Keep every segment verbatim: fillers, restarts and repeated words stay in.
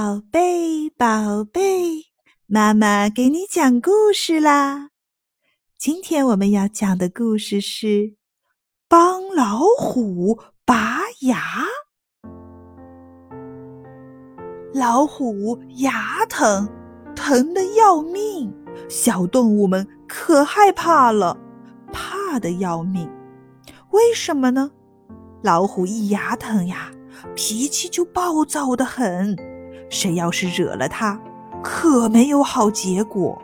宝贝，宝贝，妈妈给你讲故事啦。今天我们要讲的故事是帮老虎拔牙。老虎牙疼，疼得要命，小动物们可害怕了，怕得要命。为什么呢？老虎一牙疼呀，脾气就暴躁得很，谁要是惹了它，可没有好结果。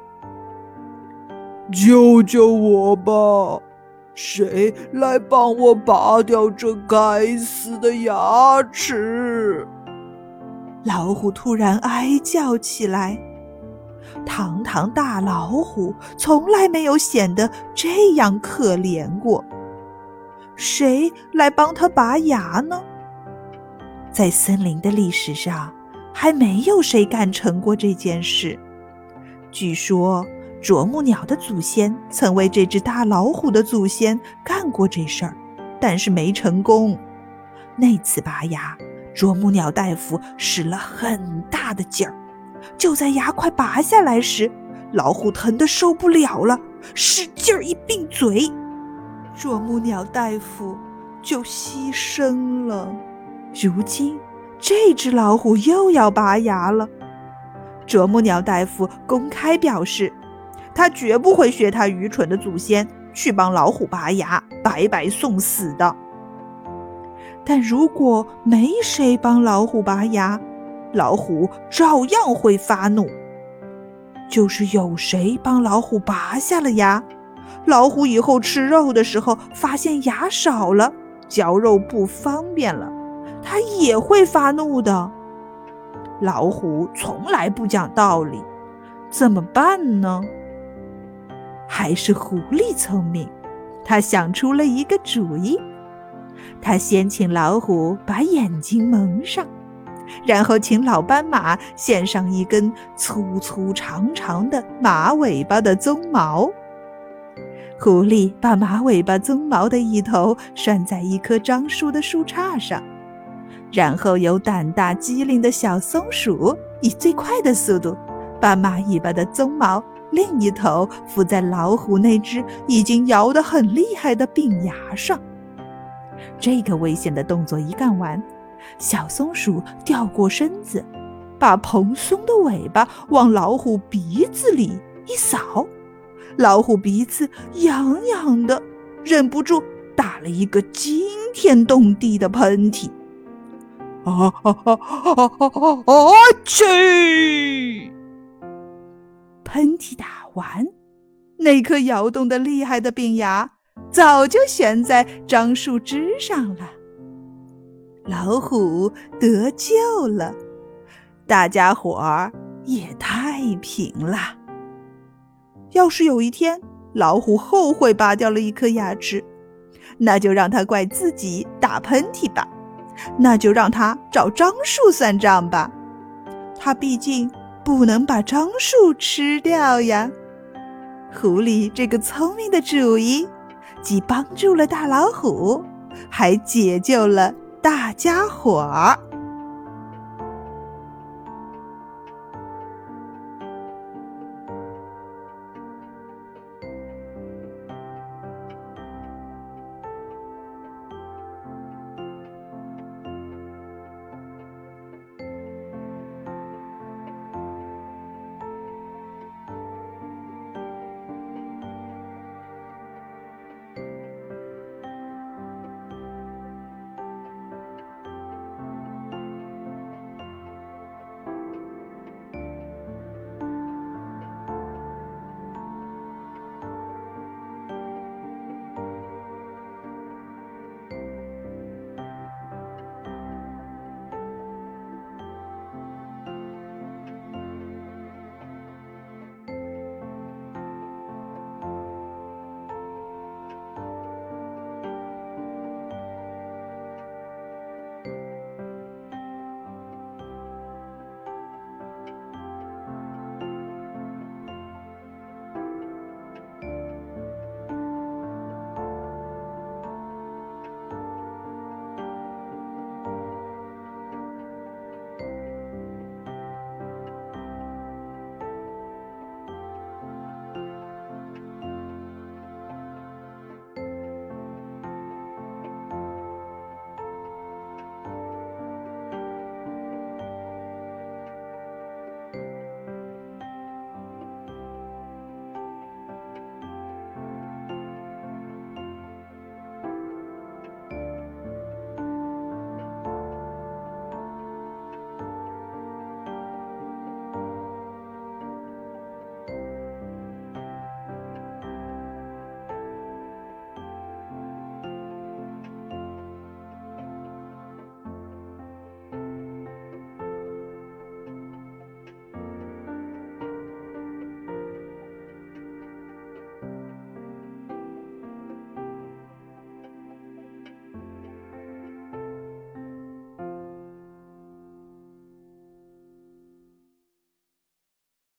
救救我吧！谁来帮我拔掉这该死的牙齿？ 老虎突然哀叫起来。堂堂大老虎从来没有显得这样可怜过。谁来帮他拔牙呢？在森林的历史上，还没有谁干成过这件事。据说啄木鸟的祖先曾为这只大老虎的祖先干过这事儿，但是没成功。那次拔牙，啄木鸟大夫使了很大的劲儿，就在牙快拔下来时，老虎疼得受不了了，使劲儿一并嘴，啄木鸟大夫就牺牲了。如今这只老虎又要拔牙了。啄木鸟大夫公开表示，他绝不会学他愚蠢的祖先去帮老虎拔牙，白白送死的。但如果没谁帮老虎拔牙，老虎照样会发怒。就是有谁帮老虎拔下了牙，老虎以后吃肉的时候发现牙少了，嚼肉不方便了，它也会发怒的。老虎从来不讲道理，怎么办呢？还是狐狸聪明，他想出了一个主意。他先请老虎把眼睛蒙上，然后请老斑马献上一根粗粗长长的马尾巴的鬃毛。狐狸把马尾巴鬃毛的一头拴在一棵樟树的树杈上，然后由胆大机灵的小松鼠以最快的速度把马尾巴的鬃毛另一头附在老虎那只已经摇得很厉害的病牙上。这个危险的动作一干完，小松鼠掉过身子，把蓬松的尾巴往老虎鼻子里一扫，老虎鼻子痒痒的，忍不住打了一个惊天动地的喷嚏。 啊啊啊啊啊啊！去！ 喷嚏打完，那颗摇动得厉害的病牙早就悬在樟树枝上了。老虎得救了，大家伙儿也太平了。要是有一天老虎后悔拔掉了一颗牙齿，那就让他怪自己打喷嚏吧，那就让他找樟树算账吧。他毕竟不能把樟树吃掉呀。狐狸这个聪明的主意，既帮助了大老虎，还解救了大家伙儿。